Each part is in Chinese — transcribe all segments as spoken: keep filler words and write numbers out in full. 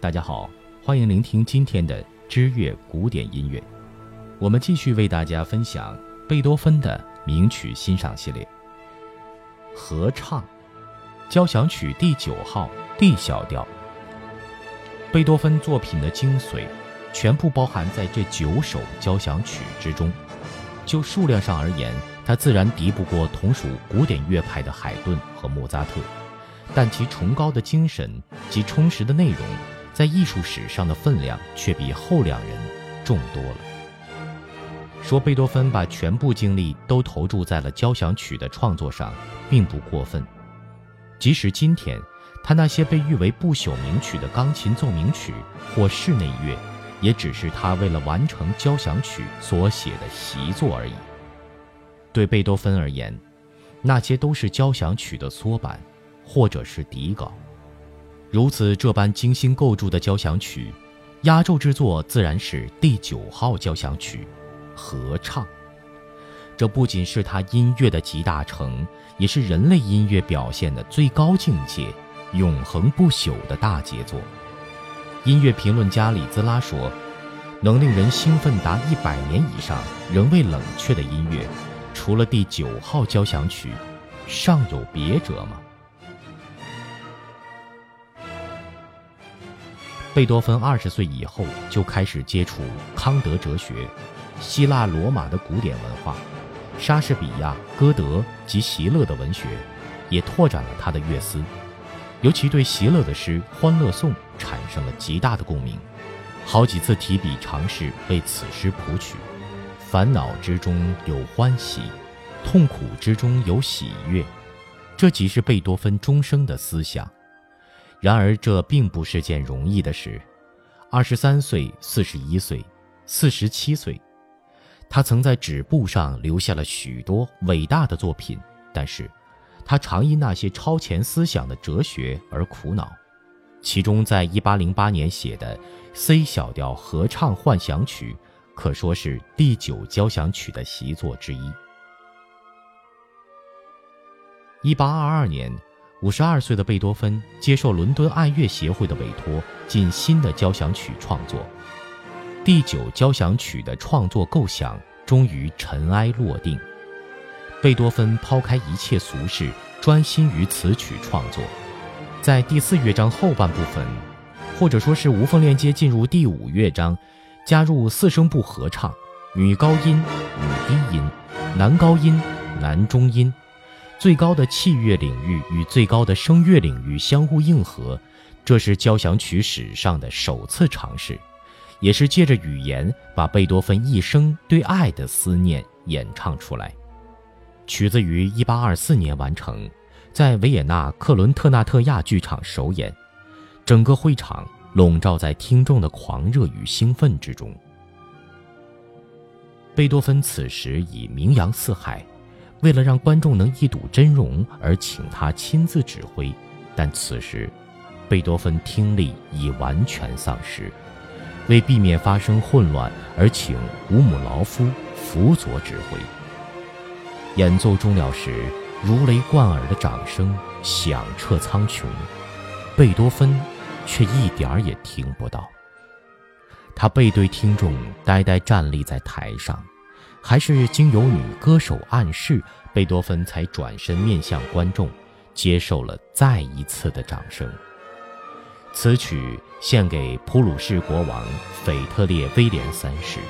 大家好，欢迎聆听今天的知乐古典音乐。我们继续为大家分享贝多芬的名曲欣赏系列。合唱交响曲第九号 D 小调。贝多芬作品的精髓全部包含在这九首交响曲之中。就数量上而言，它自然敌不过同属古典乐派的海顿和莫扎特，但其崇高的精神及充实的内容，在艺术史上的分量却比后两人重多了。说贝多芬把全部精力都投注在了交响曲的创作上，并不过分。即使今天，他那些被誉为不朽名曲的钢琴奏鸣曲或室内乐，也只是他为了完成交响曲所写的习作而已。对贝多芬而言，那些都是交响曲的缩版，或者是底稿。如此这般精心构筑的交响曲，压轴之作自然是第九号交响曲合唱。这不仅是他音乐的集大成，也是人类音乐表现的最高境界，永恒不朽的大杰作。音乐评论家李兹拉说，能令人兴奋达一百年以上仍未冷却的音乐，除了第九号交响曲，尚有别者吗？贝多芬二十岁以后就开始接触康德哲学、希腊罗马的古典文化、莎士比亚、歌德及席勒的文学，也拓展了他的乐思。尤其对席勒的诗《欢乐颂》产生了极大的共鸣，好几次提笔尝试为此诗谱曲。烦恼之中有欢喜，痛苦之中有喜悦，这即是贝多芬终生的思想。然而这并不是件容易的事。二十三岁、四十一岁、四十七岁，他曾在纸簿上留下了许多伟大的作品，但是他常因那些超前思想的哲学而苦恼。其中在一八零八年写的 C 小调合唱幻想曲，可说是第九交响曲的习作之一。一八二二年，五十二岁的贝多芬接受伦敦爱乐协会的委托，进新的交响曲创作。第九交响曲的创作构想终于尘埃落定。贝多芬抛开一切俗事，专心于此曲创作。在第四乐章后半部分，或者说是无缝链接进入第五乐章，加入四声部合唱，女高音、女低音，男高音、男中音，最高的器乐领域与最高的声乐领域相互应和，这是交响曲史上的首次尝试，也是借着语言把贝多芬一生对爱的思念演唱出来。曲子于一八二四年完成，在维也纳克伦特纳特亚剧场首演，整个会场笼罩在听众的狂热与兴奋之中。贝多芬此时已名扬四海，为了让观众能一睹真容而请他亲自指挥，但此时贝多芬听力已完全丧失，为避免发生混乱而请乌姆劳夫辅佐指挥。演奏终了时，如雷贯耳的掌声响彻苍穹，贝多芬却一点儿也听不到。他背对听众呆呆站立在台上，还是经由女歌手暗示，贝多芬才转身面向观众，接受了再一次的掌声。此曲献给普鲁士国王腓特烈威廉三世。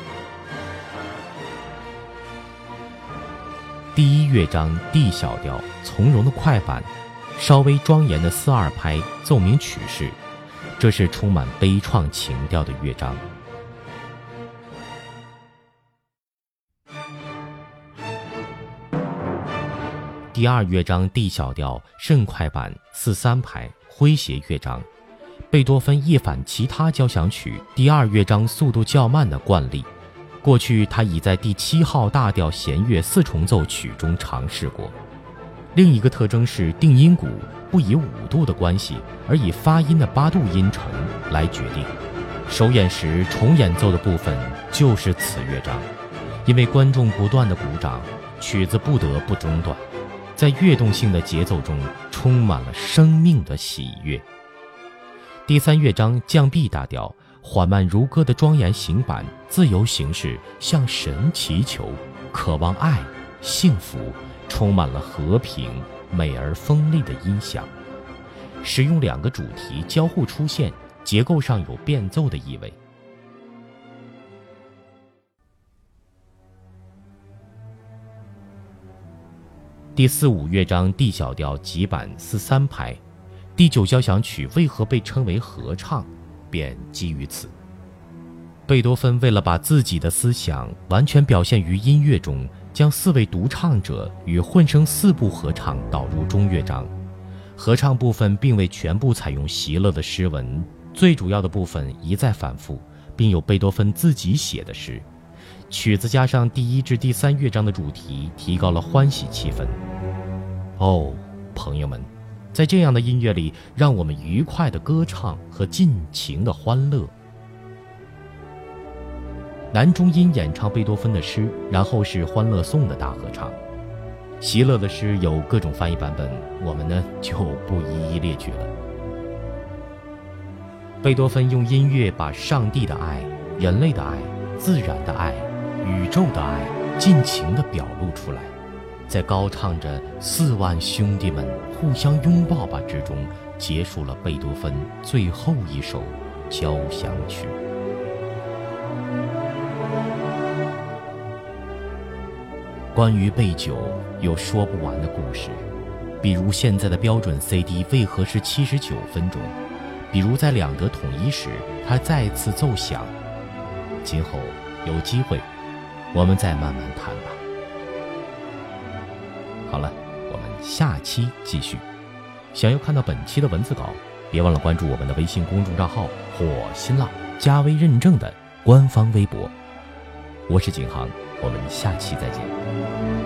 第一乐章 D 小调从容的快板，稍微庄严的四二拍奏鸣曲式，这是充满悲怆情调的乐章。第二乐章 D 小调甚快板四三拍诙谐乐章，贝多芬一反其他交响曲第二乐章速度较慢的惯例，过去他已在第七号大调弦乐四重奏曲中尝试过。另一个特征是定音鼓不以五度的关系，而以发音的八度音程来决定。首演时重演奏的部分就是此乐章，因为观众不断的鼓掌，曲子不得不中断，在跃动性的节奏中充满了生命的喜悦。 第三乐章降 B 大调，缓慢如歌的庄严行板，自由形式，向神祈求，渴望爱、幸福，充满了和平、美而锋利的音响。使用两个主题交互出现，结构上有变奏的意味。第四五乐章 D 小调急板四三拍，第九交响曲为何被称为合唱，便基于此。贝多芬为了把自己的思想完全表现于音乐中，将四位独唱者与混声四部合唱导入中乐章。合唱部分并未全部采用席勒的诗文，最主要的部分一再反复，并有贝多芬自己写的诗。曲子加上第一至第三乐章的主题，提高了欢喜气氛。哦，朋友们，在这样的音乐里，让我们愉快的歌唱和尽情的欢乐。男中音演唱贝多芬的诗，然后是《欢乐颂》的大合唱。席勒的诗有各种翻译版本，我们呢就不一一列举了。贝多芬用音乐把上帝的爱、人类的爱、自然的爱、宇宙的爱尽情地表露出来，在高唱着四万兄弟们互相拥抱吧之中，结束了贝多芬最后一首交响曲。关于贝九有说不完的故事，比如现在的标准 C D 为何是七十九分钟，比如在两德统一时他再次奏响。今后有机会我们再慢慢谈吧。好了，我们下期继续。想要看到本期的文字稿，别忘了关注我们的微信公众账号或新浪加微认证的官方微博。我是景航，我们下期再见。